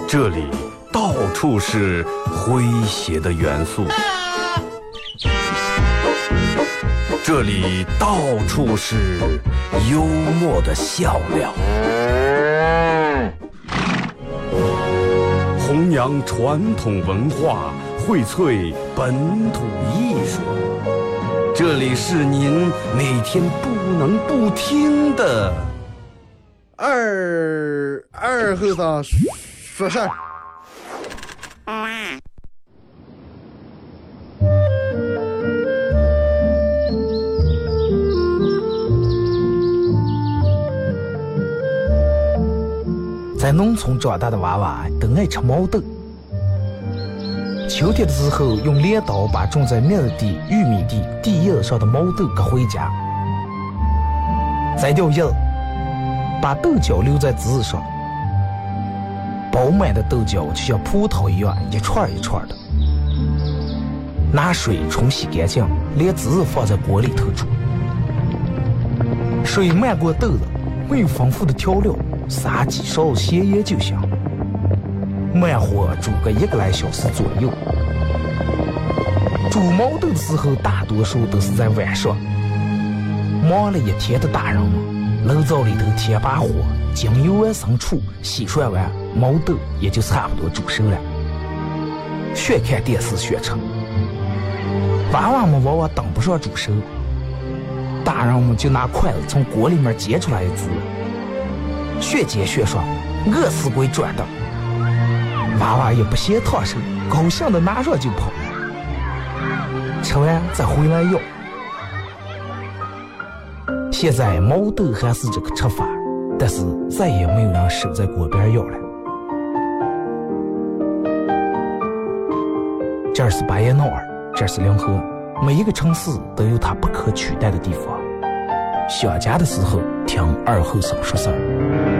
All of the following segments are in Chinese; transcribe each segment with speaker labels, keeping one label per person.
Speaker 1: 这里到处是诙谐的元素，这里到处是幽默的笑料，弘扬传统文化，荟萃本土艺术。这里是您每天不能不听的
Speaker 2: 二后生说事儿。
Speaker 3: 在农村长大的娃娃都爱吃毛豆。秋天的时候，用镰刀把种在麦地、玉米地地叶上的毛豆割回家，摘掉叶，把豆角留在枝上，饱满的豆角就像葡萄一样一串一串的，拿水冲洗干净，连籽放在锅里头煮，水漫过豆子，没有丰富的调料，撒几勺咸盐就行，慢火煮个1个来小时左右。煮毛豆的时候，大多数都是在晚上。忙了一天的大人们，炉灶里头添把火，将油完生醋，洗涮完，毛豆也就差不多煮熟了。学看电视学吃，娃娃们往往等不上煮熟，大人们就拿筷子从锅里面接出来一只，学接学涮，饿死鬼转的。娃娃也不嫌烫手，高兴的拿上就跑，吃完再回来要。现在毛豆还是这个吃法，但是再也没有人守在锅边要了。这儿是巴彦淖尔，这儿是临河，每一个城市都有它不可取代的地方。想家的时候听二后生说事儿。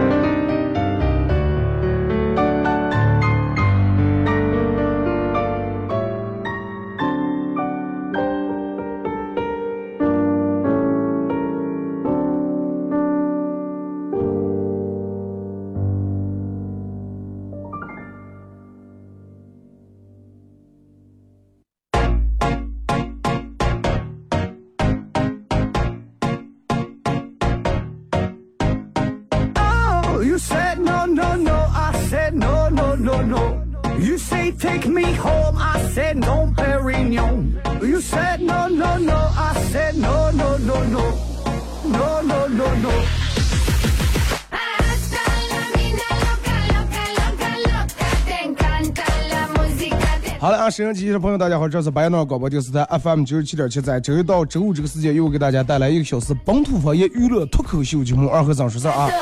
Speaker 4: You said no, no, no, I said no, no, no, no. You say take me home, I said no, Perignon. You said no, no, no, I said no, no, no, no. No, no, no, no.
Speaker 2: 好了啊，沈阳机器的朋友大家好，这是白羊脑广播电视台 FM 97.7，在周一到周五这个时间又给大家带来1个小时本土方言娱乐脱口秀节目二和尚说事啊。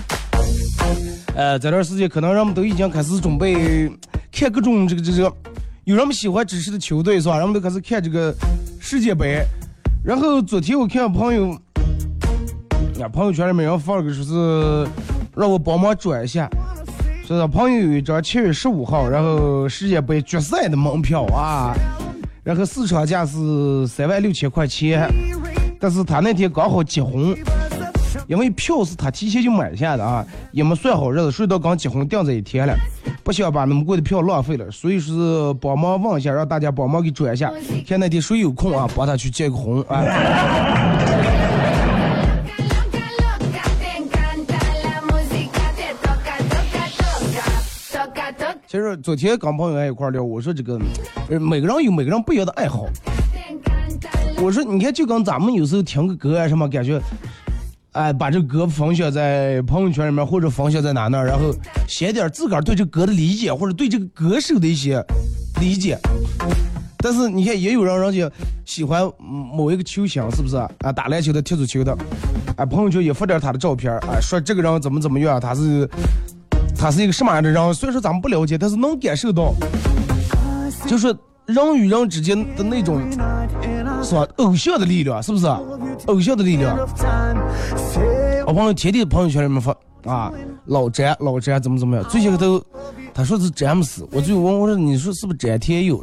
Speaker 2: 这段时间可能人们都已经开始准备看各种这个，有人们喜欢支持的球队是吧？人们都开始看这个世界杯。然后昨天我看朋友圈里面人放了个说是让我帮忙转一下，说是朋友有一张7月15号然后世界杯决赛的门票啊，然后4场价是36000块钱，但是他那天刚好结婚。因为票是他提前就买下的啊，也没算好日子，睡到刚结婚定在一天了，不想把那么贵的票浪费了，所以说帮忙问一下，让大家帮忙给转一下，看那天谁有空啊，帮他去结个婚啊。其实昨天跟朋友在一块聊，我说这个每个人有每个人不一样的爱好，我说你看就跟咱们有时候听个歌啊什么感觉。把这歌分享在朋友圈里面或者分享在哪，然后写点自个儿对这歌的理解或者对这个歌手的一些理解。但是你看也有人家喜欢某一个球星，是不是啊？打篮球的、踢足球的，朋友圈也发点他的照片，说这个人怎么样，他是一个什么样的人。虽然说咱们不了解，但是能感受到，就是人与人之间的那种是吧？偶像的力量，是不是？偶像的力量。我朋友天天朋友圈里面发老詹怎么样？最近都他说是詹姆斯，我就问我说你说是不是詹天佑？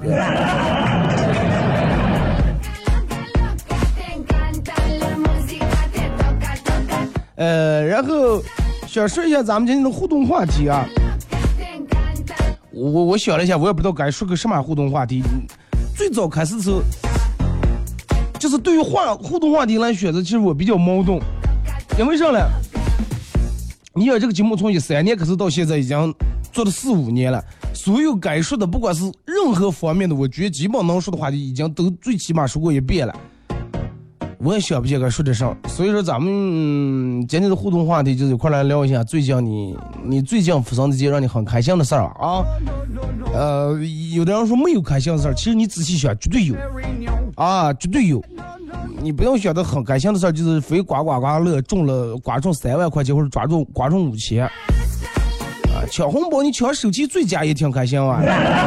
Speaker 2: 然后想说一下咱们今天的互动话题啊。 我想了一下，我也不知道该说个什么互动话题。最早开始的时候，就是对于互动话题来选择，其实我比较矛盾。因为啥呢？你想这个节目从13年开始到现在，已经做了4、5年了，所有该说的，不管是任何方面的，我觉得基本能说的话题，已经都最起码说过一遍了。我也想不起该说得上，所以说咱们今天的互动话题就是一块来聊一下最近你最近发生的一件让你很开心的事儿啊。有的人说没有开心的事儿，其实你仔细想，绝对有啊，绝对有。你不用想的很开心的事儿，就是非刮乐刮中3万块钱，或者刮中5000啊。抢红包，你抢手机最佳也挺开心啊。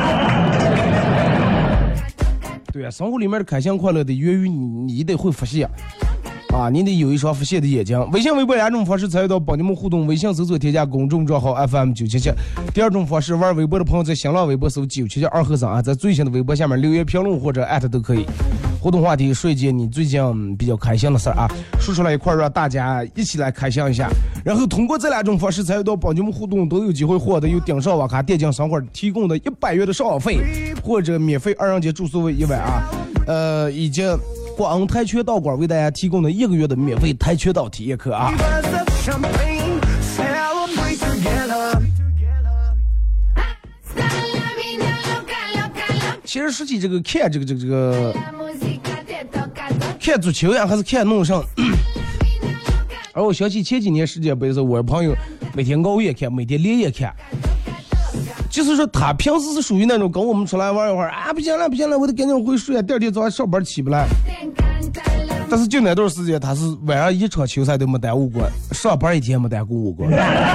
Speaker 2: 对啊，生活里面的开心快乐得源于你得会发现啊，你得有一双发现的眼睛。微信微博2种方式参与到帮你们互动，微信搜索添加公众账号 FM977。第二种方式，玩微博的朋友在新浪微博搜977二和尚啊，在最新的微博下面留言评论或者艾特都可以。互动话题说一件你最近比较开心的事儿啊，说出来一块让大家一起来开心一下。然后通过这2种方式参与到帮你们互动，都有机会获得由顶上网咖电竞商会提供的100元的上网费，或者免费2人节住宿费1晚啊，以及广恩跆拳道馆为大家提供的1个月的免费跆拳道体验课啊。其实说起这个看这个看足球呀，还是看弄上。而我想起前几年世界杯的时候，我朋友每天熬夜看，每天连夜看。就是说他平时是属于那种跟我们出来玩一会儿啊，不行了，我得赶紧回睡啊，第二天早上上班起不来。但是就那段时间，他是晚上一场球赛都没耽误过，上班一天没耽误过。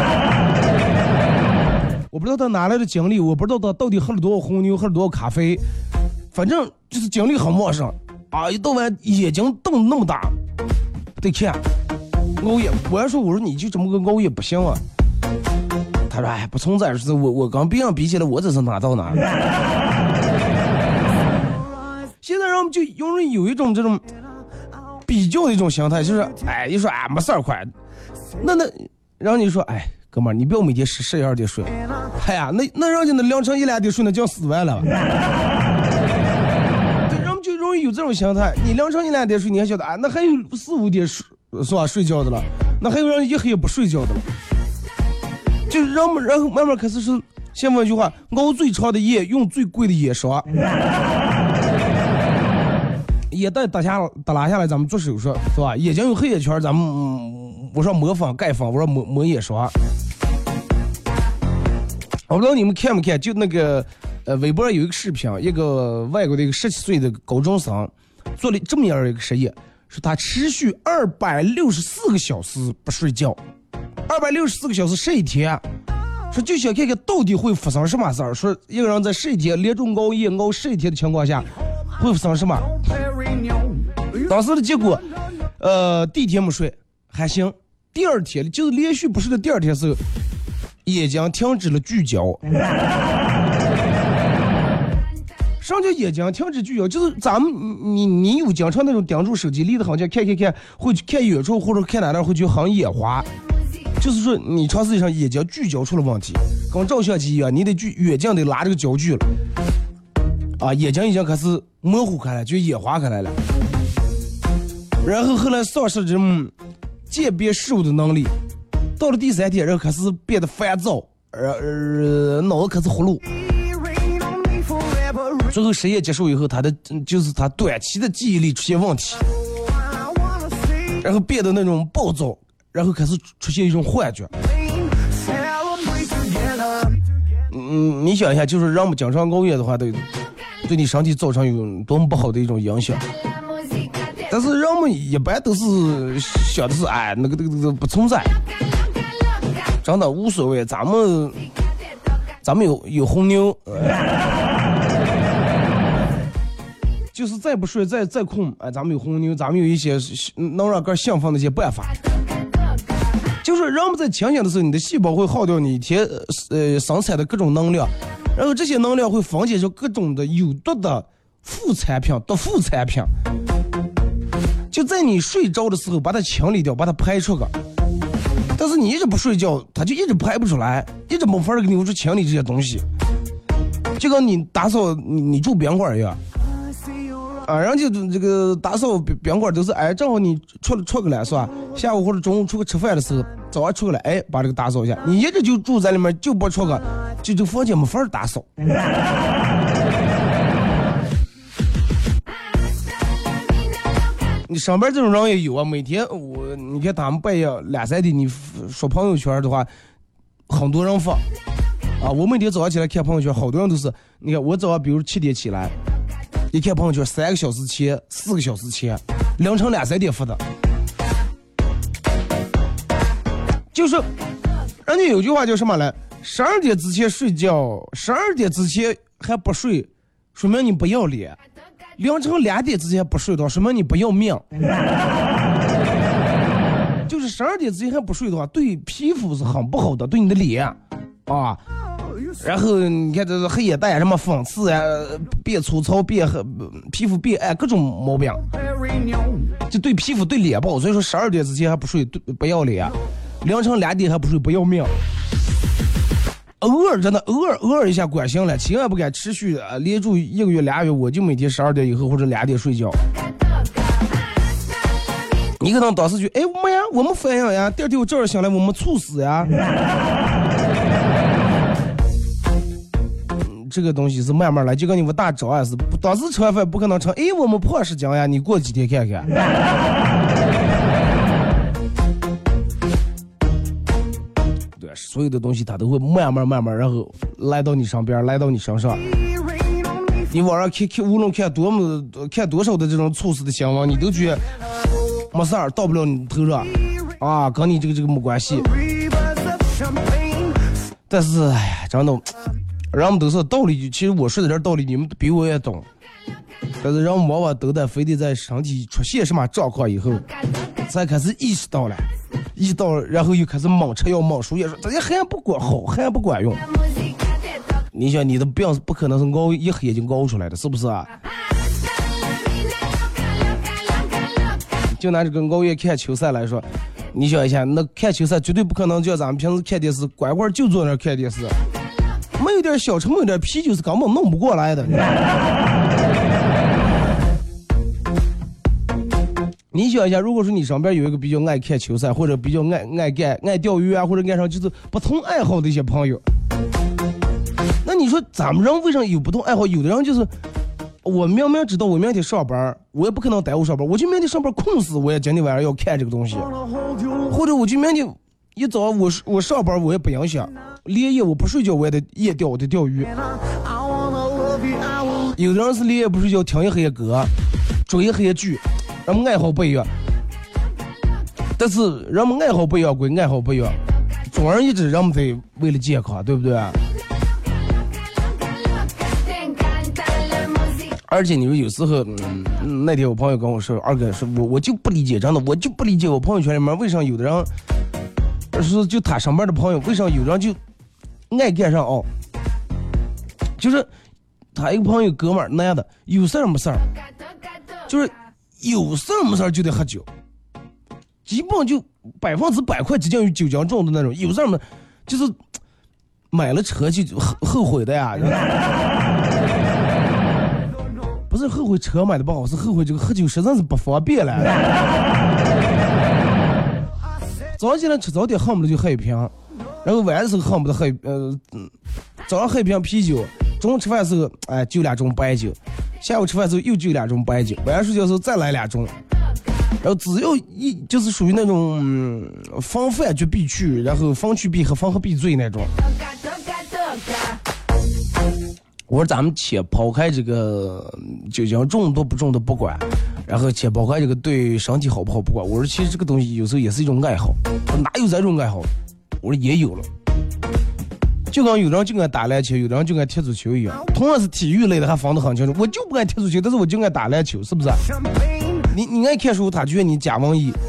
Speaker 2: 我不知道他哪来的精力，我不知道他到底喝了多少红牛，喝了多少咖啡，反正就是精力很旺盛啊！一到晚眼睛瞪那么大，得看熬夜。我说你就这么个熬夜不行啊。他说哎，不存在，是我跟别人比起来，我这是哪到哪。现在人们就有一种这种比较的一种心态，就是哎，一说哎没事儿快，那然后你说哎哥们儿，你不要每天12点睡，哎呀，那人家那凌晨1、2点睡，那叫死完了。对，人们就容易有这种心态，你凌晨1、2点睡，你还晓得啊，那还有4、5点是吧睡觉的了，那还有人一黑不睡觉的了。就然后慢慢开始是先问一句话，熬最长的夜用最贵的眼霜。眼袋打拉下来咱们做手术是吧，眼睛有黑眼圈咱们我说抹粉盖粉，我说抹眼霜。我不知道你们看没看，就那个微博有一个视频，一个外国的一个17岁的高中生做了这么样一个实验，是他持续264个小时不睡觉，264个小时11天，说就想看看到底会发生什么事儿。说一个人在11天连中熬夜熬11天的情况下会发生什么？当时的结果，第一天没睡还行，第二天就是连续不睡的第二天是眼睛停止了聚焦。什么叫眼睛停止聚焦？就是咱们你有经常那种盯住手机离得很近，看会去看远处或者看哪会去很眼花，就是说你长时间上眼睛聚焦出了问题，跟照相机一样，你得远近得拉这个焦距了啊，眼睛已经开始模糊开来，就眼花开来了。然后后来丧失这种鉴别事物的能力，到了第3天，然后开始变得烦躁，脑子开始活路。最后实验结束以后，他短期的记忆力出现问题，然后变得那种暴躁，然后开始出现一种幻觉。你想一下，就是让我们经常熬夜的话，对你身体造成有多么不好的一种影响。但是人们一般都是想的是哎，那个不存在，真的无所谓。咱们有红牛，就是再不睡再困，哎，咱们有红牛，咱们有一些能让个兴奋的一些办法。就是人们在清醒的时候，你的细胞会耗掉你一天生产的各种能量，然后这些能量会分解成各种的有毒的副产品，就在你睡着的时候把它清理掉，把它排出个。但是你一直不睡觉，它就一直排不出来，一直没法给你去清理这些东西。 就跟你打扫你住宾馆一样。啊，人家这个打扫宾馆都是，哎，正好你出个来是吧？下午或者中午出去吃饭的时候，早上出个来，哎，把这个打扫一下。你一直就住在里面，就不出个，就这房间没法打扫。你上班这种人也有啊，每天你看他们半夜2、3点，你刷朋友圈的话，很多人发啊。我每天早上起来看朋友圈，好多人都是，你看我早上比如7点起来。一看朋友圈，3个小时前、4个小时前，凌晨2、3点发的，就是人家有句话叫什么来？12点之前睡觉，12点之前还不睡，说明你不要脸；凌晨2点之前不睡的话，说明你不要命。就是12点之前还不睡的话，对皮肤是很不好的，对你的脸啊。然后你看这是黑眼袋什么粉刺啊，变粗糙变皮肤变暗各种毛病，就对皮肤对脸不好。所以说12点之前还不睡不要脸，凌晨2点还不睡不要命。偶尔真的偶尔一下管行了，千万不敢持续连住1个月2月，我就每天12点以后或者2点睡觉。你可能当时就哎妈呀，我们反应呀，第二天我这儿醒来我们猝死呀。这个东西是慢慢来，就跟你们大招啊是，当时吃完饭不可能成，哎，我们破10斤呀，你过几天看看。对，所有的东西它都会慢慢，然后来到你身边，来到你身上。你网上看，无论看多少的这种猝死的新闻，你都觉得没事儿，到不了你头上啊，跟你这个没关系。但是哎呀，真的。人们都是道理，其实我说的这道理你们比我也懂，但是人们往往都得非得在身体出现什么状况以后才开始意识到了，然后又开始猛吃药猛输液，说这些还不管好，还不管用。你想你的病不可能是熬一黑就熬出来的，是不是啊？就拿这个熬夜看球赛来说，你想一下，那看球赛绝对不可能就像咱们平时看电视乖乖就坐那看电视，没有点小吃没有点啤酒是根本弄不过来的。你想一下，如果说你身边有一个比较爱看球赛或者比较爱钓鱼啊，或者爱上就是不同爱好的一些朋友，那你说咱们人为什么有不同爱好？有的人就是我明明知道我明天上班，我也不可能耽误上班，我就明天上班困死我也今天晚上要看这个东西，或者我就明天一早我上班我也不影响，连夜我不睡觉我也得夜钓，我得钓鱼。有的人是连夜不睡觉听一黑歌，追一黑剧，人们爱好不一样。但是人们爱好不一样归爱好不一样，总而言之人们得为了健康，对不对？而且你说有时候，那天我朋友跟我说，二哥说我就不理解，真的我就不理解我朋友圈里面为啥有的人，说就他上班的朋友，为啥有人就爱干上哦？就是他一个朋友哥们儿那样的，有事儿没事儿，就是有事儿没事儿就得喝酒，基本就100%快接近于酒精中的那种，有事儿没就是买了车就后悔的呀。不是后悔车买的不好，是后悔这个喝酒实在是不方便了。早上起来吃早点恨不得就喝一瓶，然后晚上的时候恨不得喝早上喝一瓶啤酒，中午吃饭的时候就2盅白酒，下午吃饭的时候又就2盅白酒，晚上睡觉的时候再来2盅，然后只要就是属于那种防范就必去，然后防去必喝，防喝必醉那种。我说咱们且抛开这个酒精重多不重的不管，然后且抛开这个对身体好不好不管，我说其实这个东西有时候也是一种爱好。哪有这种爱好？我说也有了，就跟有人就爱打篮球，有人就爱踢足球一样，同样是体育类的还分得很清楚。我就不爱踢足球，但是我就爱打篮球，是不是？你爱看书，他觉得你假文艺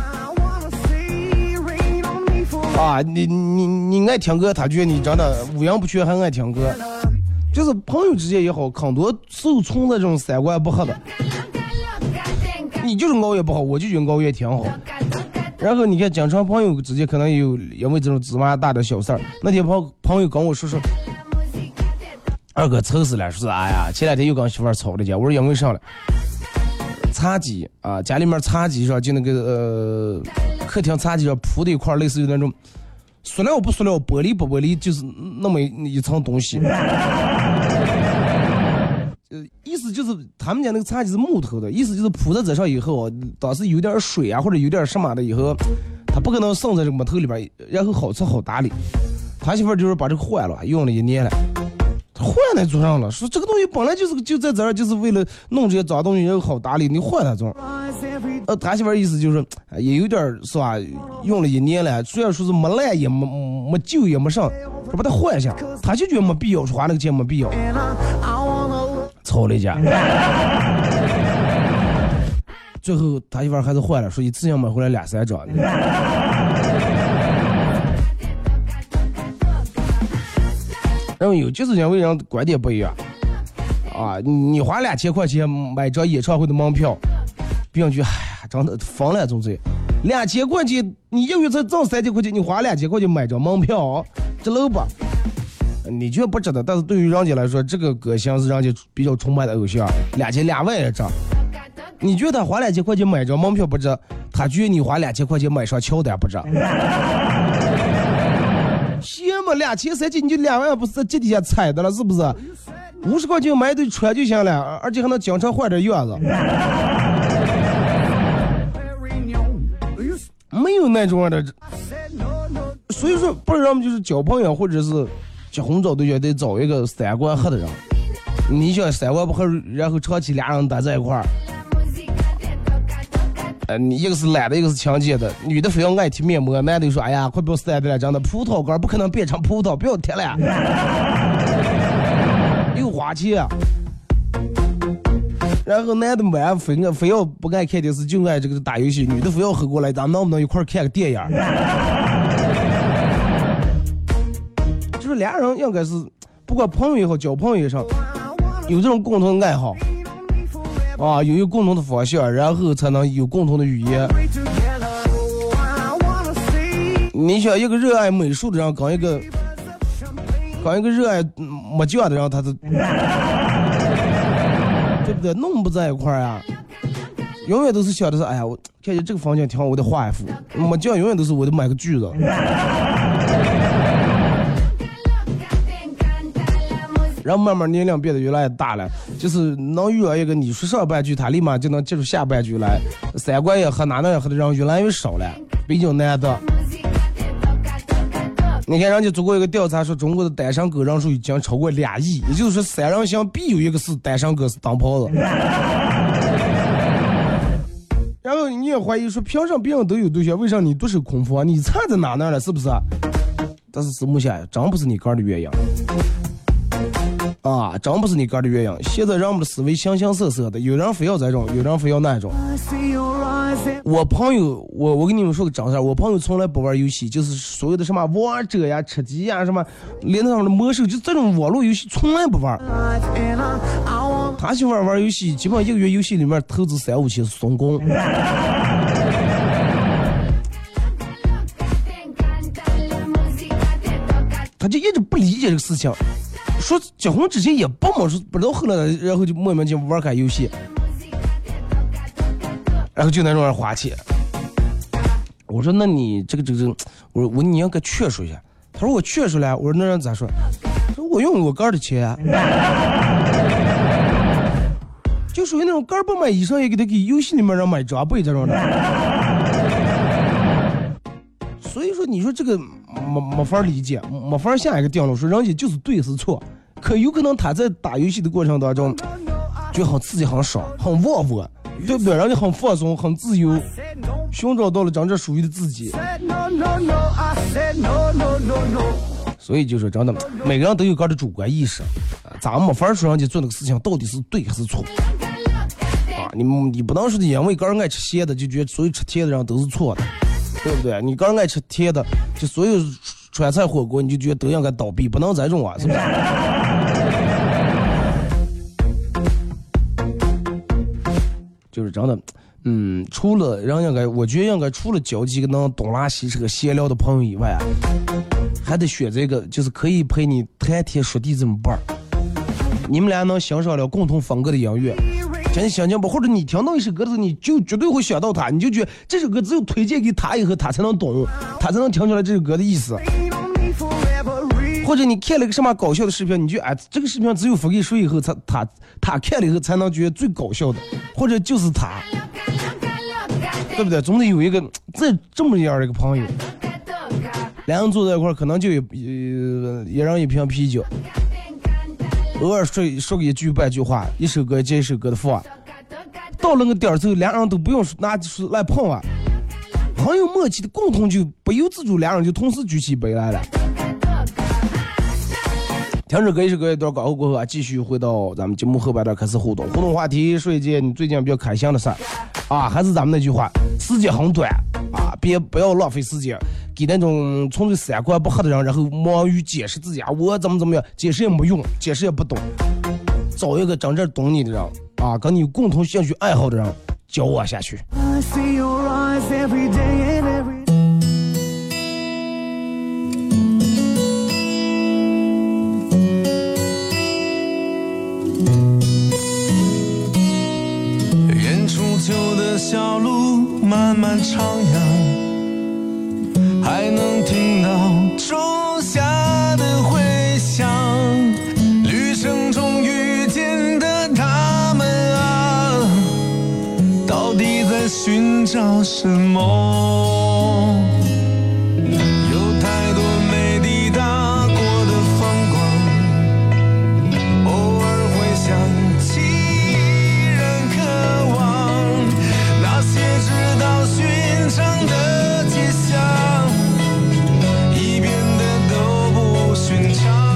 Speaker 2: 啊，你爱听歌，他觉得你真的五音不全还爱听歌。就是朋友之间也好，很多时候存在这种三观不合的。你就是熬夜不好，我就觉得熬夜挺好。然后你看，经常朋友之间可能有因为这种芝麻大的小事儿。那天朋友跟我说， 二哥愁死了，说哎呀，前两天又跟媳妇吵了架。我说因为啥了？茶几啊，家里面茶几上就那个客厅茶几上铺的一块类似于那种塑料不塑料、玻璃不玻璃，就是那么一层东西。意思就是他们家那个茶几是木头的，意思就是铺在这上以后，当时有点水啊或者有点什么的以后，他不可能剩在这个木头里边，然后好吃好打理。他媳妇就是把这个换了，用了1年了。换在桌上了，说这个东西本来就在这儿，就是为了弄这些脏东西然后好打理，你换在这儿。他媳妇意思就是也有点是吧，用了1年了，虽然说是没烂也没旧也没上，说把它换一下，他就觉得没必要，花那个钱没必要，吵了一架。最后他媳妇还是换了，说一次性买回来2、3张。然后有就是因为人观点不一样啊，你花2000块钱买张演唱会的门票，别人就哎呀，真的疯了，总之2000块钱，你1个月才挣3000块钱，你花2000块钱买张门票，这楼吧？你觉得不值得，但是对于人家来说，这个歌星是人家比较崇拜的偶像，2000、2万一张。你觉得他花2000块钱买张门票不值，他觉得你花2000块钱买上乔丹不值。行嘛，2000、3000你就2万不是在这底下踩的了，是不是？50块钱买一对穿就行了，而且还能经常换点样子。没有那种的，所以说不是让我们就是交朋友或者是结婚找对象得找一个3观合的人。你想3观不合，然后长期俩人待在一块儿。你一个是懒的，一个是强奸的，女的非要爱贴面膜，男的说哎呀快不要晒的了，真的葡萄干不可能变成葡萄，不要贴了，又花钱。然后男的晚非要不爱看电视，就爱这个打游戏，女的非要喝过来，咱们能不能一块看个电影？就是俩人应该是不管朋友也好，交朋友也好，有这种共同的爱好啊，有一个共同的方向，然后才能有共同的语言。你想一个热爱美术的人跟一个热爱麻将的人，他是对不对？弄不在一块儿啊，永远都是想的是，哎呀，我看见这个房间挺好，我得画一幅。麻将永远都是我得买个锯子。然后慢慢年龄变得越来越大了，就是能遇到一个你说上半句，他立马就能接住下半句来，3观也和哪能也和的人越来越少了，比较难的。你看人家做过一个调查，说中国的单身狗人数已经超过2亿，也就是说3人行必有一个是单身狗，是当炮子。然后你也怀疑说，凭什么别人都有对象，为啥你独守空房？你差在哪了，是不是？但是目前真不是你个人的原因。啊，真不是你个人的原因。现在人们的思维形形色色的，有人非要这种，有人非要那种。我朋友，我跟你们说个真事儿，我朋友从来不玩游戏，就是所有的什么王者呀、吃鸡呀、什么连上的魔兽，就这种网络游戏从来不玩。他喜欢玩游戏，基本上1个月游戏里面投资3、5千松工。他就一直不理解这个事情。说结婚之前也不么说，不知道后来，然后就莫名其妙玩开游戏，然后就那种人花钱。我说那你这个，我说你应该劝说一下。他说我劝说了。我说那人咋说？说我用我哥的钱，就属于那种哥不买衣裳也给他给游戏里面人买装备这种的。所以说你说这个没法理解，没法下一个定论说人家就是对是错，可有可能他在打游戏的过程当中就很刺激很爽很旺旺，对不对？人家很放松很自由，寻找到了真正属于的自己。所以就是真的每个人都有个人的主观意识，咱们没法说人家做那个事情到底是对还是错啊！你不能说因为个人爱吃咸的就觉得所有吃甜的人都是错的，对不对？你个人爱吃甜的，就所有川菜火锅你就觉得都应该倒闭，不能这种啊，是不是？就是真的，除了人应该，我觉得应该除了交几个能东拉西扯闲聊的朋友以外啊，还得选这个就是可以陪你谈天说地这么伴儿。 你们俩能欣赏了共同风格的音乐，真心情不？或者你听到一首歌的时候，你就绝对会想到他，你就觉得这首歌只有推荐给他以后，他才能懂，他才能听出来这首歌的意思。或者你看了个什么搞笑的视频，你就这个视频只有发给谁以后，他看了以后才能觉得最搞笑的，或者就是他，对不对？总得有一个这么样的一个朋友，两人坐在一块儿，可能就一人一瓶啤酒，偶尔说个一句半句话，一首歌接一首歌的放，到了个点儿之后，两人都不用拿来碰啊，很有默契的共同就不由自主，两人就同时举起杯来了。听着歌一首歌一段广告过后啊，继续回到咱们节目后半段开始互动话题，说一件你最近比较开心的事儿啊，还是咱们那句话，时间很短啊，不要浪费时间给那种纯粹三观不合的人，然后忙于解释自己啊，我怎么样，解释也没用，解释也不懂，找一个真正懂你的人啊，跟你有共同兴趣爱好的人交往下去。
Speaker 5: 旧的小路漫漫徜徉，还能听到仲夏的回响，旅程中遇见的他们啊，到底在寻找什么？有太多没抵达过的风光，偶尔会想起直到寻常的迹象，已变得都不寻常。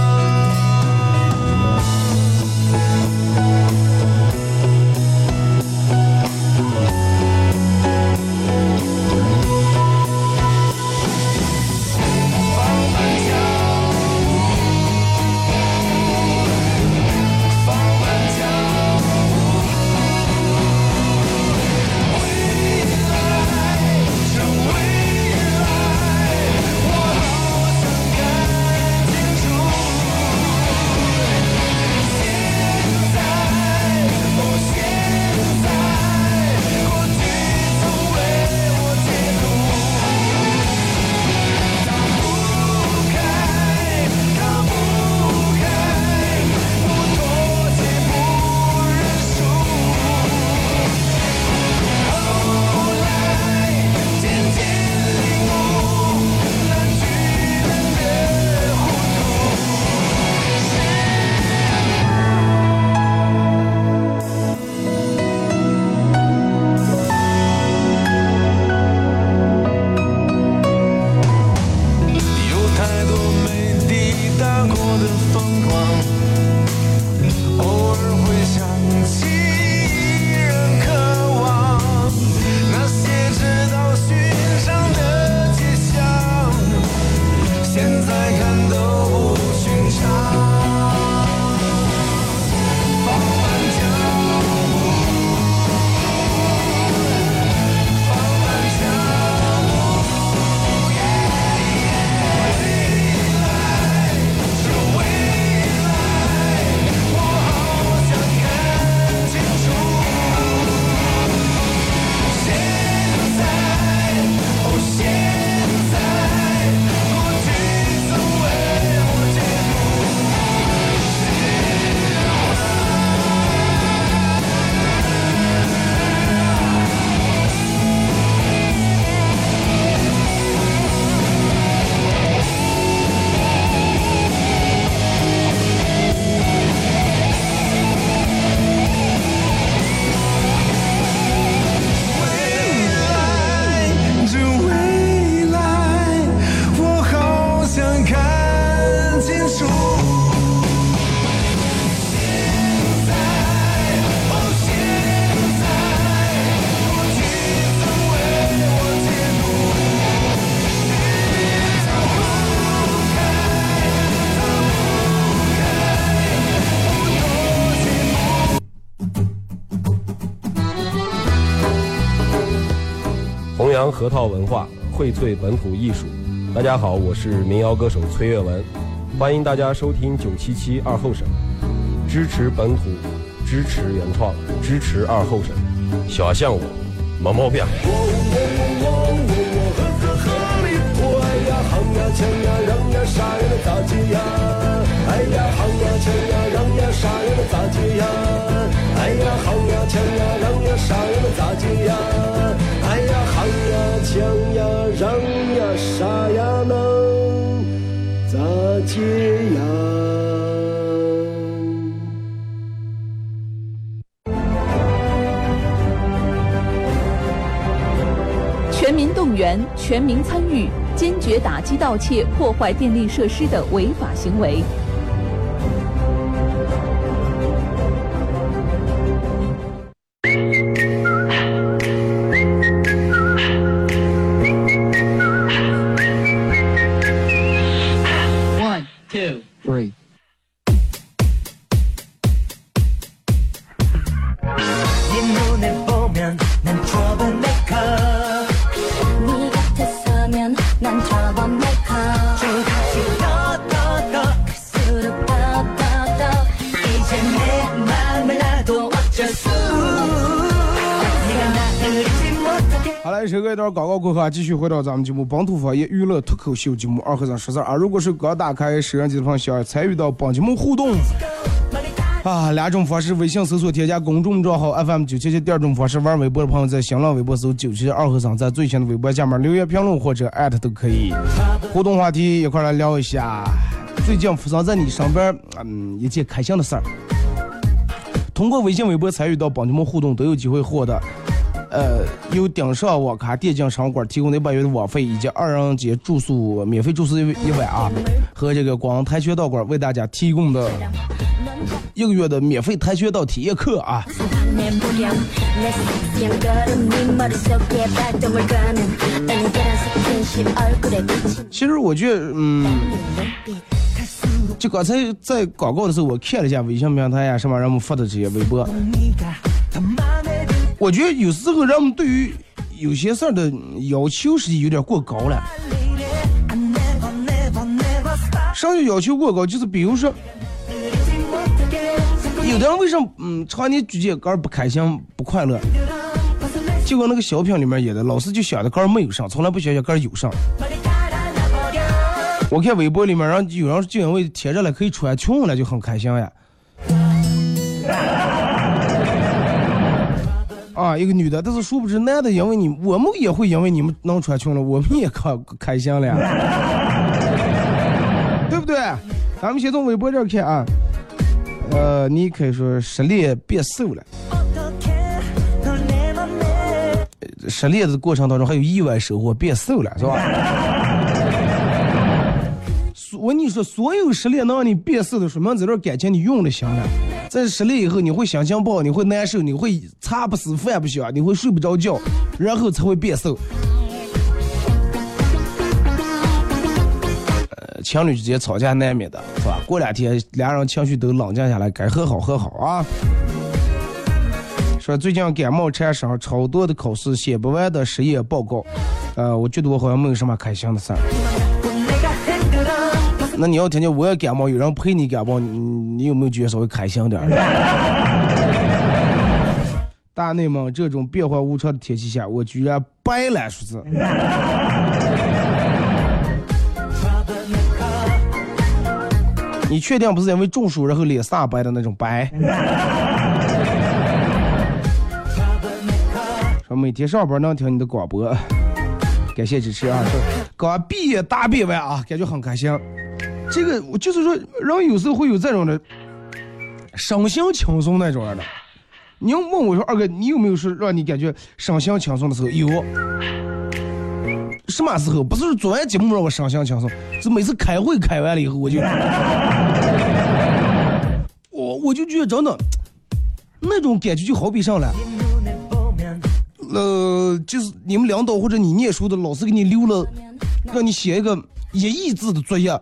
Speaker 6: 弘扬河套文化，荟萃本土艺术。大家好，我是民谣歌手崔月文，欢迎大家收听977二后生。 支持本土，支持原创，支持二后生。想象我，没毛病。
Speaker 5: 夯呀锵呀让呀杀人的大街呀，哎呀夯呀锵呀让呀杀人的大街呀，哎呀夯呀锵呀让呀杀人的大街呀，哎呀夯呀锵呀让呀杀呀能大街呀。
Speaker 7: 全民动员，全民参与，坚决打击盗窃、破坏电力设施的违法行为。
Speaker 8: One, two, three.
Speaker 2: 好来，这个一段广告过后，继续回到咱们节目本土方言娱乐脱口秀节目二和尚说事儿啊。如果是刚打开摄像机的朋友，想要参与到本节目互动啊，两种方式：微信搜索添加公众账号 FM977；第二种方式，玩微博的朋友在新浪微博搜977二和尚，在最新的微博下面留言评论或者艾特都可以。互动话题一块来聊一下最近发生在你身边一件开心的事儿。通过微信微博参与到本节目互动，都有机会获得由顶上网咖电竞场馆提供的100元的网费，以及2人间住宿免费住宿1晚啊，和这个广跆拳道馆为大家提供的1个月的免费跆拳道体验课啊。其实我觉得就刚才在广告的时候，我看了一下微信平台呀，什么人们发的这些微博，我觉得有时候人们对于有些事儿的要求是有点过高了。什么要求过高？就是比如说，有的人为什么常年举起杆不开心不快乐？结果那个小品里面演的，老师就想的杆没有上，从来不想杆有上。我看微博里面有人就因为贴着了可以穿裙了就很开心呀。啊，一个女的，但是殊不知男的因为你，我们也会因为你们能穿裙了，我们也开心了呀，对不对？咱们先从微博这儿看啊，你可以说失恋变瘦了，失恋的过程当中还有意外收获，变瘦了是吧？我跟你说，所有失恋能让你变瘦的，说明这段感情你用了行了。在失恋以后，你会想象不好，你会难受，你会茶不思饭不想，你会睡不着觉，然后才会变瘦。情侣之间吵架难免的，是吧？过2天俩人情绪都冷静下来，该和好和好啊。说最近感冒缠身，超多的考试，写不完的实验报告，我觉得我好像没有什么开心的事儿。那你要听见我也感冒，有人陪你感冒，你有没有觉得稍微开心点？大内蒙这种变化无常的天气下，我居然白了数字。你确定不是因为中暑然后脸煞白的那种白？说每天上班能听你的广播，感谢支持啊！刚毕业大毕业啊，感觉很开心。这个我就是说，人有时候会有这种的身心轻松那种的。你要问我说，二哥，你有没有说让你感觉身心轻松的时候？有。什么时候？不是做完节目让我身心轻松，是每次开会开完了以后，我就就觉得真的那种感觉就好比上来。就是你们领导或者你念书的老师给你留了，让你写一个1亿字的作业，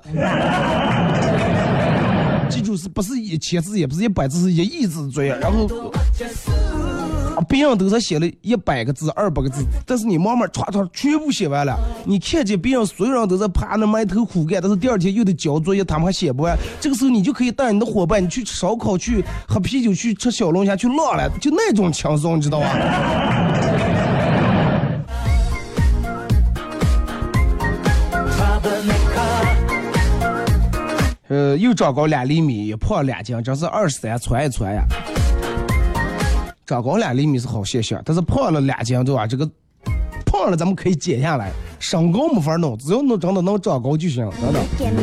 Speaker 2: 记住是不是1000字，也不是100字，是1亿字的作业，然后别人都是写了100个字、200个字，但是你慢慢唰唰全部写完了。你看见别人所有人都在趴那埋头苦干，但是第二天又得交作业，他们还写不完。这个时候你就可以带你的伙伴，你去吃烧烤，去喝啤酒，去吃小龙虾，去浪了，就那种轻松，你知道吧？又长高2厘米，也胖2斤，真是23窜一窜呀。长高2厘米是好现象，但是胖了2斤对吧？这个胖了咱们可以减下来，身高没法弄，只要能真的能长高就行，真的。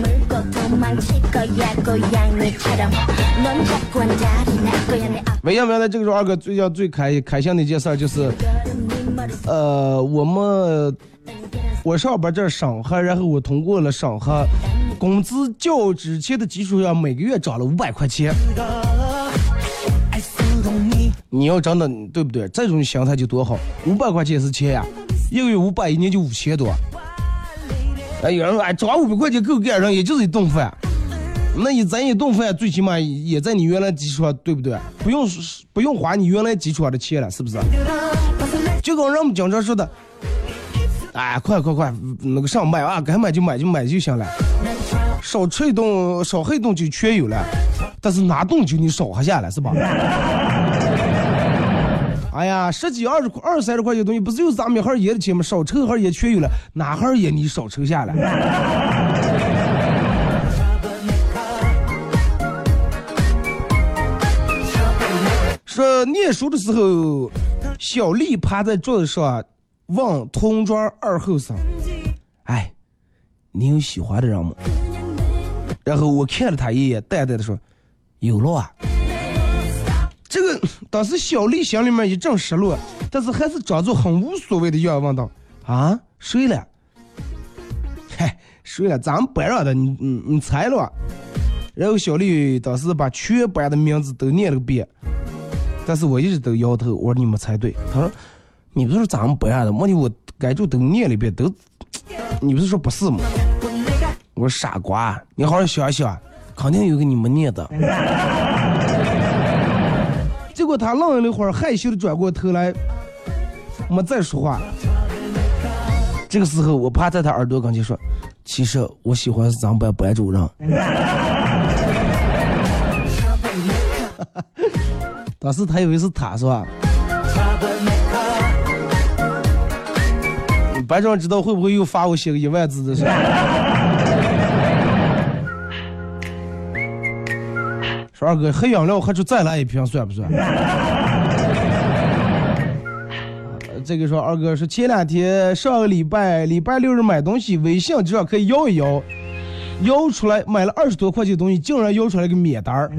Speaker 2: 原来这个时候二哥最开心的一件事就是，我上班这审核，然后我通过了审核，工资较之前的基础上每个月涨了500块钱。你要真的对不对？这种心态就多好，500块钱是钱呀，一个月500，一年就5000多。有人说涨500块钱够干上，也就是一顿饭。那咱一顿饭最起码也在你原来基础上，对不对？不用花你原来基础上的钱了，是不是？就跟人们经常说的，快，那个上买啊，该买就买就行了。少吃一顿，少喝一顿就全有了，但是哪顿就你少喝下来，是吧？哎呀，10几20块20-30块钱的东西，不是有咱们一盒烟的钱吗？少抽一盒烟全有了，哪盒烟你少抽下来？说念书的时候，小丽趴在桌子上问同桌2后生：“哎，你有喜欢的人吗？”然后我看了他一眼，淡淡的说：“有了啊。”这个当时小丽心里面一阵失落，但是还是装作很无所谓的样问道：“啊，睡了？嗨，睡了，咱们班上的，你猜了？”然后小丽当时把全班的名字都念了个遍，但是我一直都摇头，我说你们猜对。他说：“你不是咱们班上的，问题我该就都念了一遍，都，你不是说不是吗？”我说傻瓜，你好好想想，肯定有个你们念的。结果他愣了一会儿，害羞的转过头来，没再说话。这个时候我趴在他耳朵跟前说：“其实我喜欢咱们班班主任。”当时他以为是他，是吧？班主任知道会不会又罚我写个1万字的事？说二哥喝饮料喝出再来一瓶算不算？这个说二哥是前2天上个礼拜6日买东西，微信这可以摇一摇，摇出来买了20多块钱的东西，竟然摇出来个免单。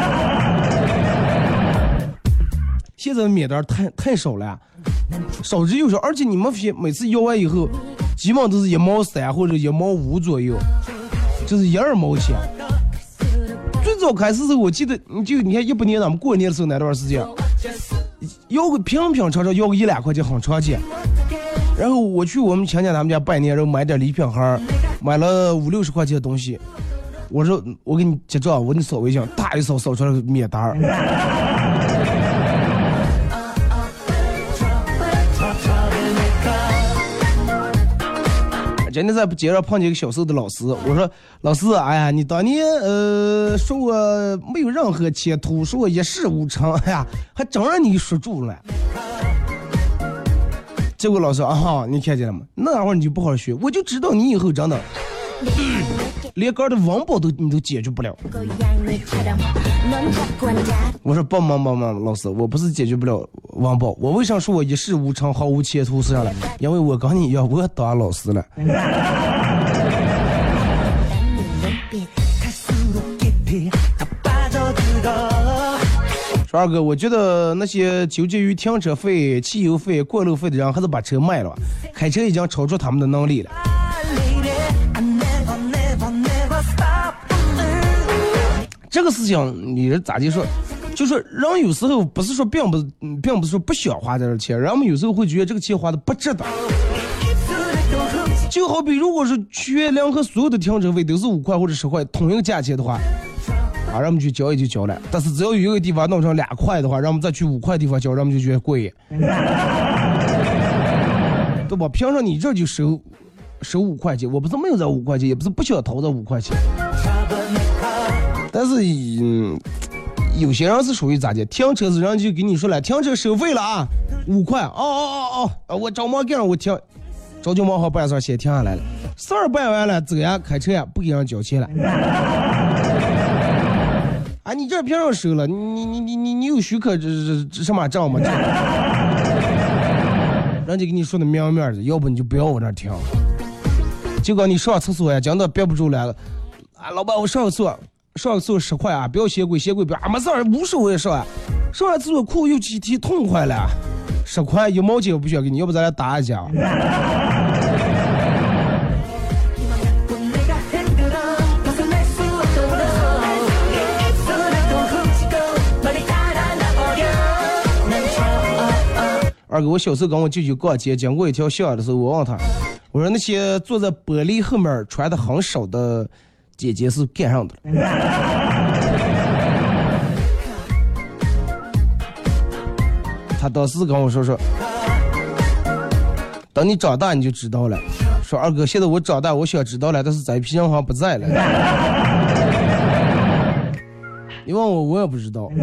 Speaker 2: 现在的免单太少了，少之又少，而且你们每次摇完以后，基本都是1毛3或者1毛5左右，就是1-2毛钱。最早开始的时候，我记得你看18年咱们过年的时候那段时间，要个平常要个1-2块钱很常见。然后我去我们亲戚他们家拜年，然后买点礼品盒，买了50-60块钱的东西。我说我给你结账，我给你扫微信，大一扫出来免单。今天在街上碰见一个小时候的老师，我说老师，哎呀，你当年说我没有任何前途，说我一事无成，哎呀，还真让你说住了。结果老师啊，你看见了吗？那会儿你就不好学，我就知道你以后真的连个的网暴你都解决不了。我说不，老师，我不是解决不了网暴，我为啥说我一事无成毫无前途是啥了？因为我跟你一样，我当老师了。说二哥，我觉得那些纠结于停车费、汽油费、过路费的人，还是把车卖了，开车已经超出他们的能力了。这个事情你是咋就说？就说人有时候不是说并不是说不想花这个钱，人们有时候会觉得这个钱花的不值得。就好比如果是全联合所有的停车费都是5块或者10块同一个价钱的话， 啊，让我们去交也就交了。但是只要有一个地方弄成2块的话，让我们再去5块地方交，让我们就觉得贵，对吧？凭上你这就收5块钱，我不是没有这5块钱，也不是不想投这5块钱，但是有些人是属于咋的？停车子人就给你说了，停车收费了啊，5块。哦，我着忙干了，我停，着急忙好办事先停下来了，事儿办完了，走呀，开车呀，不给人交钱了。啊，你这凭啥收了？你有许可这什么证吗？人家给你说的明明的，要不你就不要往那停。就跟你上厕所呀，讲的憋不住来了，啊，老板我上个厕所10块啊，不要嫌贵不要啊，没事儿50我也上啊，上完厕所裤又提痛快了，10块1毛钱我不需要给你，要不咱俩打一架。二哥，我小时候跟我舅舅逛街，经过一条巷的时候，我问他，我说那些坐在玻璃后面穿的很少的姐姐是干上的了。他当时跟我说，等你长大你就知道了。说二哥，现在我长大，我想知道了，但是这一批人好像不在了。你问我也不知道。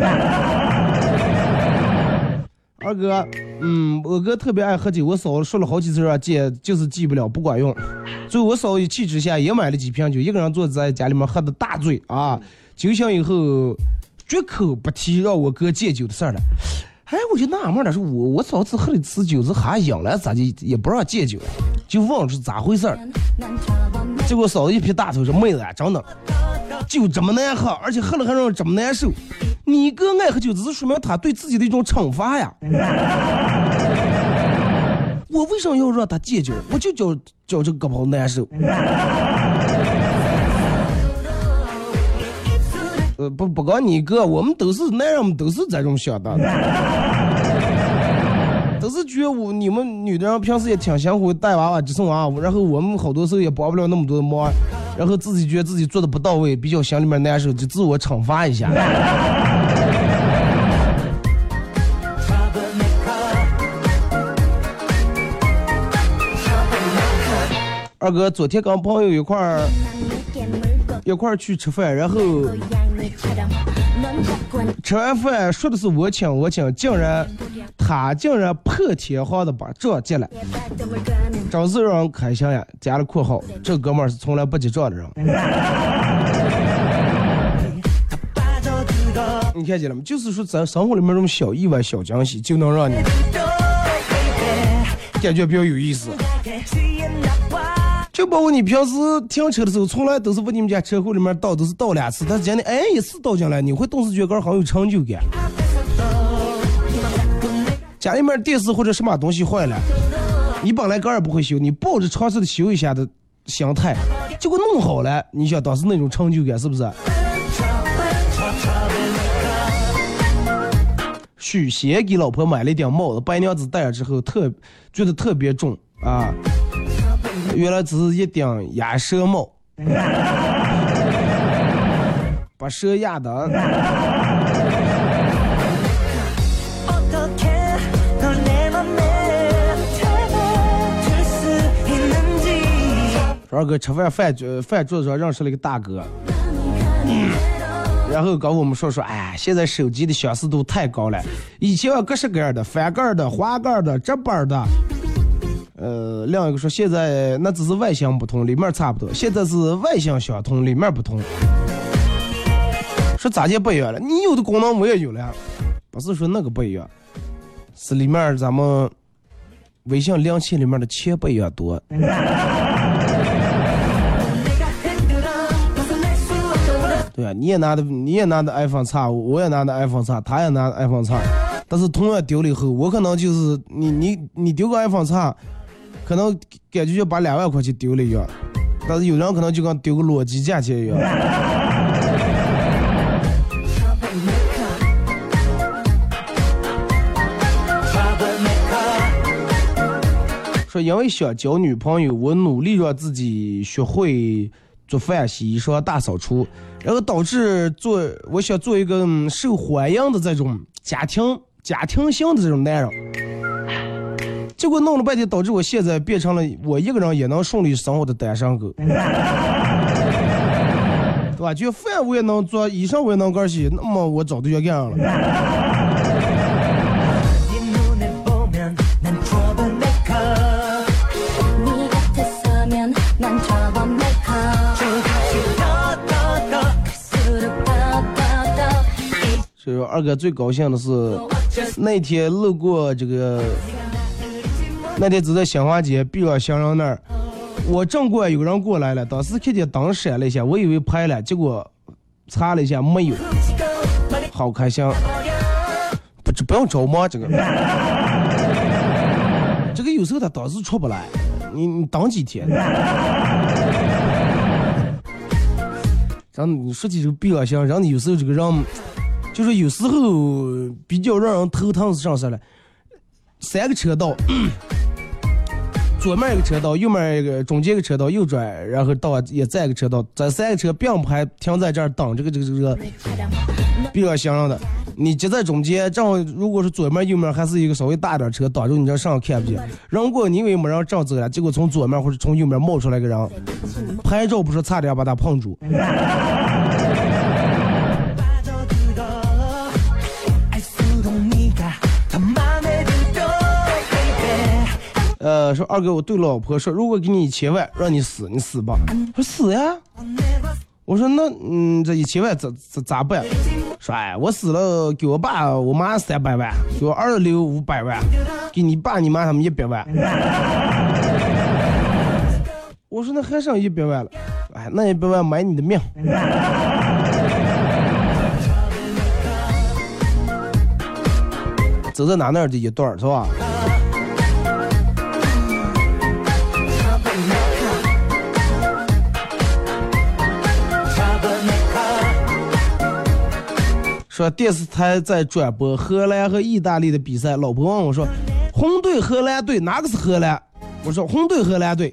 Speaker 2: 二哥，我哥特别爱喝酒，我嫂说了好几次让戒，就是戒不了，不管用。最后我嫂一气之下也买了几瓶酒，一个人坐在家里面喝的大醉啊，酒醒以后绝口不提让我哥戒酒的事儿了。哎，我就纳闷了，说我嫂子喝了次酒是还瘾了，咋就也不让戒酒了，就问是咋回事儿。结果嫂子一撇大头说，妹子啊，真的酒这么难喝，而且喝了还让人这么难受，你哥爱喝酒只是说明他对自己的一种惩罚呀。我为什么要让他戒酒？我就叫这个胳膊难受。不光你哥，我们都是男人，我们都是这种想的，都是觉得你们女的人平时也挺辛苦，带娃娃接送娃娃，然后我们好多时候也帮不了那么多的忙，然后自己觉得自己做的不到位，比较心里面难受，就自我惩罚一下。二哥昨天跟朋友一块儿去吃饭，然后吃完饭说的是我请，他竟然破天荒的把账结了，真是让人开心呀！加了括号，这哥们儿是从来不结账的人。你看见了吗？就是说咱生活里面这种小意外、小惊喜，就能让你感觉比较有意思。就包括你平时停车的时候，从来都是往你们家车库里面倒，都是倒2次，但是今天一次倒进来，你会顿时觉得很有成就感。家里面电视或者什么东西坏了，你本来根儿不会修，你抱着尝试的修一下的心态，结果弄好了，你想当时那种成就感是不是？许仙给老婆买了一顶帽子，白娘子戴上之后觉得特别重啊。原来只是一顶鸭舌帽，把蛇压的。二哥吃饭桌子上认识了一个大哥，然后跟我们说，哎，现在手机的相似度太高了，以前各式各样的翻盖的、滑盖的、折板的。另一个说现在那只是外形不同，里面差不多，现在是外形相同，里面不同。说咋就不一样了？你有的功能我也有了，不是说那个不一样，是里面咱们微信量器里面的钱不一样多。对啊，你也拿的 iPhone X， 我也拿的 iPhone X， 他也拿的 iPhone X， 但是同样丢了以后，我可能就是你丢个 iPhone X， 可能感觉就把2万块钱丢了一样，但是有人可能就跟丢个裸机价钱一样。说因为想交女朋友，我努力让自己学会做饭、洗衣裳、大扫除，然后导致我想做一个受欢迎的这种家庭型的这种男人，结果弄了半天，导致我现在变成了我一个人也能顺利生活的单身狗，对吧？就饭我也能做，衣裳我也能干洗，那么我早就要干上了。所以说二哥最高兴的是那天路过这个，那天走在新华街碧落行人那儿，我正过有人过来了，当时看见灯闪了一下，我以为拍了，结果查了一下没有，好开心。不用着忙这个有时候他当时出不来，你等几天。然后你说起这个碧落行，然后你有时候这个人就是有时候比较让人头疼是上来了，3个车道，左面一个车道，右面一个，中间一个车道，右转，然后到也在一个车道，这3个车并排停在这儿等这个碧落行人的，你就在中间，正好如果是左面右面还是一个稍微大点车挡住你这上看不见，人过你以为没人正走了，结果从左面或者从右面冒出来个人，拍照不是差点把他碰住。说二哥，我对老婆说，如果给你1000万让你死，你死吧。说死呀。我说那这1000万咋办？说哎，我死了给我爸我妈300万，给我儿子留500万，给你爸你妈他们100万。我说那还剩100万了，哎，那100万买你的命。走在哪儿的一段是吧？说电视台在转播荷兰和意大利的比赛，老婆问我说：“红队荷兰队哪个是荷兰？”我说：“红队荷兰队。”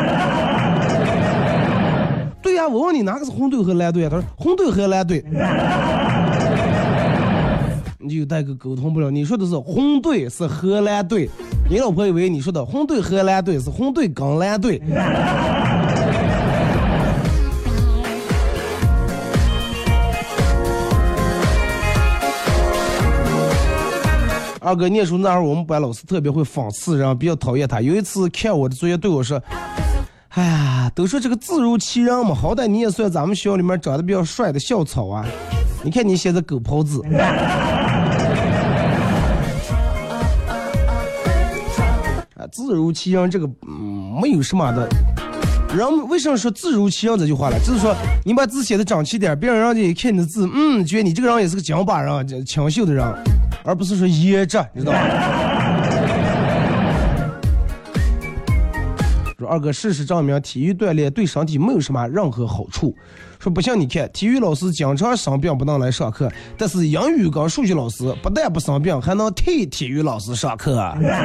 Speaker 2: 对呀，我问你哪个是红队荷兰队啊？他说：“红队荷兰队。”你就带个沟通不了，你说的是红队是荷兰队，你老婆以为你说的红队荷兰队是红队港兰队。二哥念书那会儿，我们班老师特别会讽刺人，比较讨厌他。有一次看我的作业对我说：“哎呀，都说这个自如其人嘛，好歹你也算咱们学校里面长得比较帅的校草啊。你看你写的狗刨字。”啊，自如其人这个没有什么的。人为什么说自如其人这句话了？就是说你把字写的整齐点，别让人家一看你的字，觉得你这个人也是个讲把人、清秀的人。而不是说噎着，你知道吗？说二哥，事实证明，体育锻炼对身体没有什么任何好处。说不像你看，体育老师经常生病不能来上课，但是英语跟数学老师不但不生病，还能替体育老师上课。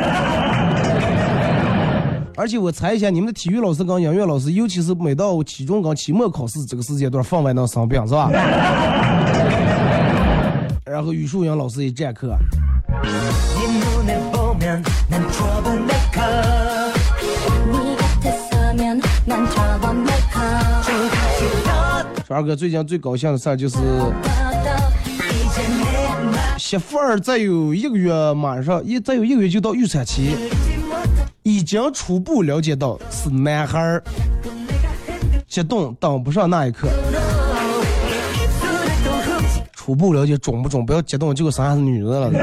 Speaker 2: 而且我猜一下，你们的体育老师跟音乐老师，尤其是每到期中跟期末考试这个时间段，分外能生病，是吧？然后语数英老师也占课。说二哥最近最高兴的事儿就是媳妇儿再有1个月，马上再有1个月就到预产期，已经初步了解到是男孩儿，激动等不上那一刻。初步了解准不准，不要激动，结果生下是女的了。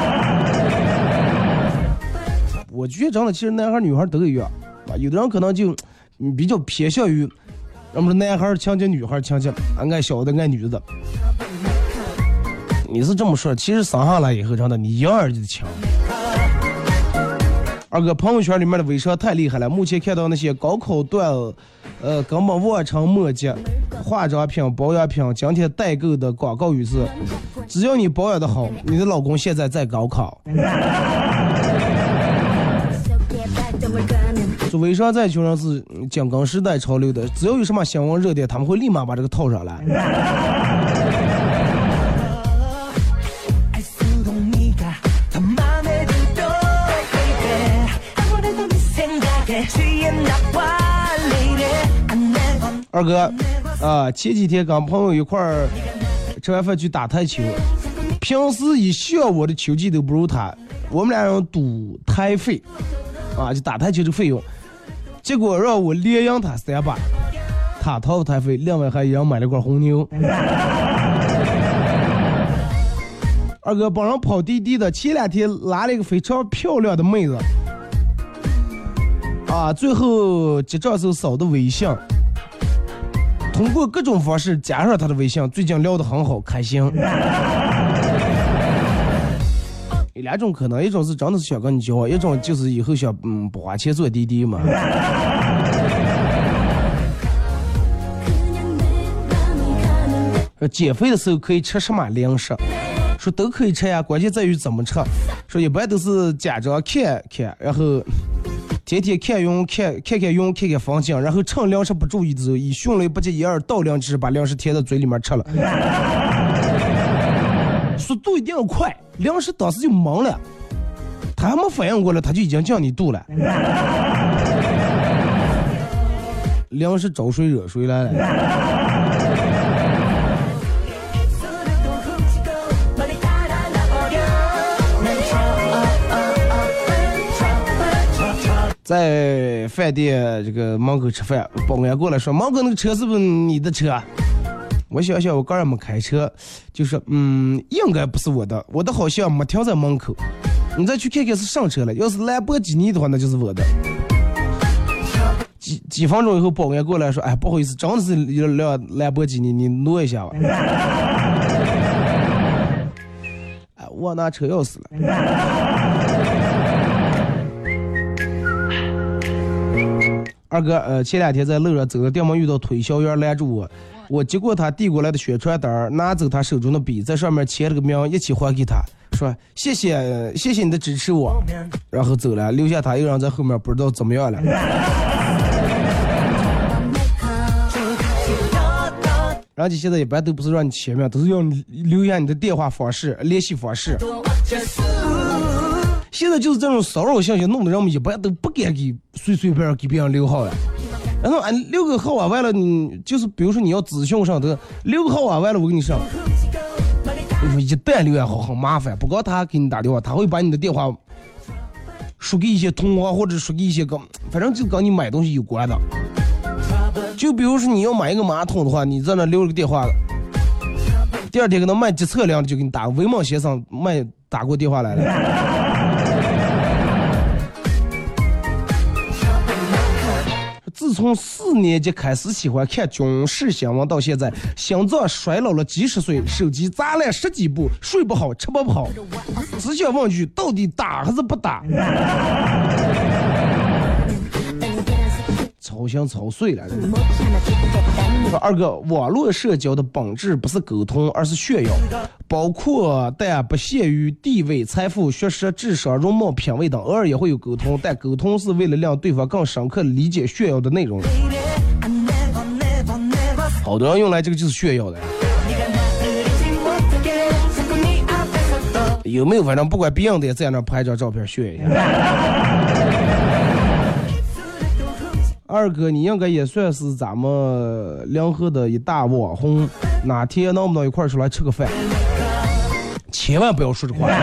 Speaker 2: 我觉得真的，其实男孩女孩都一样啊。有的人可能就比较偏向于，要么男孩强奸女孩强奸，爱小的爱女的。你是这么说，其实生下来以后真的你一样就强。二哥，朋友圈里面的微商太厉害了，目前看到那些高考段根本望尘莫及，化妆品、保养品，今天代购的广告语是：只要你保养的好，你的老公现在在高考。 说微商在求人是紧跟时代潮流的，只要有什么新闻热点，他们会立马把这个套上来。二哥啊，前几天跟朋友一块儿吃完饭去打台球，平时以像我的球技都不如他，我们俩人赌台费啊，就打台球这个费用，结果让我连赢他3把，他掏台费，另外还一人买了罐红牛。二哥帮人跑滴滴的，前2天拉了一个非常漂亮的妹子啊，最后结账时候扫的微信，通过各种方式加上他的微信，最近聊得很好，开心。有2种可能，一种是真的是想跟你交往，一种就是以后想不花钱坐滴滴嘛。减肥的时候可以吃什么零食？说都可以吃呀，关键在于怎么吃。说一般都是假装看看，然后天天看用看看方向，然后趁粮食不注意之后，以迅雷不及掩耳盗铃之势把粮食填到嘴里面吃了。速度一定要快，粮食当时就懵了，他还没反应过来，他就已经进你肚了。粮食找谁惹谁来了？在饭店这个门口吃饭，保安过来说：“门口那个车是不是你的车？”我想想，我刚才没开车，就是应该不是我的，我的好像没停在门口。你再去看看是上车了，要是兰博基尼的话，那就是我的。几分钟以后，保安过来说：“哎，不好意思，真的是一辆兰博基尼，你挪一下吧。”哎，我拿车钥匙了。二哥，前2天在路上走的，电门遇到推销员拦住我接过他递过来的宣传单，拿走他手中的笔，在上面签了个名，一起还给他，说谢谢你的支持我，然后走了，留下他一个人在后面，不知道怎么样了。然后现在一般都不是让你签名，都是要你留下你的电话方式、联系方式。现在就是这种骚扰信息弄得人们一般都不敢给随便给别人留号了。然后留个号啊，完了你就是比如说你要咨询上的留个号啊，完了我跟你说，一旦留言号很麻烦，不光他给你打电话，他会把你的电话输给一些同行，或者输给一些反正就跟你买东西有关的。就比如说你要买一个马桶的话，你在那留了个电话，第2天可能卖机测量的就给你打，威猛先生打过电话来了。自从4年级开始喜欢看军事新闻到现在，心脏衰老了几十岁，手机砸烂10几部，睡不好吃不好，只想问句到底打还是不打？操心操碎了。说二哥，网络社交的本质不是沟通，而是炫耀，包括但不限于地位、财富、学识、智商、容貌、品味等，偶尔也会有沟通，但沟通是为了让对方更深刻理解炫耀的内容。好多人用来这个就是炫耀的。有没有？反正不管别人的也在那拍张照片炫一下。二哥，你应该也算是咱们临河的一大网红，哪天能不能一块儿出来吃个饭？千万不要说这话。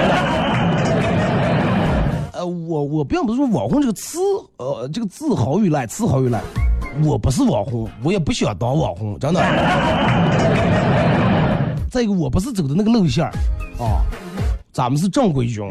Speaker 2: 我并不是说网红这个词，这个字好与赖，词好与赖。我不是网红，我也不想当网红，真的。再一个，我不是走的那个路线啊，咱们是正规军。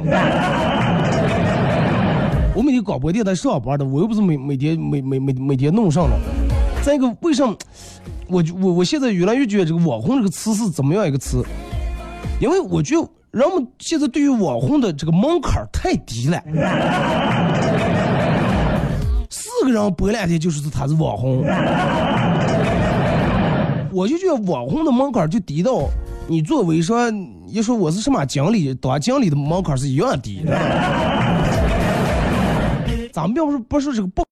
Speaker 2: 我每天广播电台上班的，我又不是每天弄上了。再一个，为什么我现在越来越觉得这个网红这个词是怎么样一个词？因为我觉得人们现在对于网红的这个门槛太低了。4个人播2天就是他是网红，我就觉得网红的门槛就低到你做微商，一说我是什么经理，当经理的门槛是一样低的。咱们并不是这个不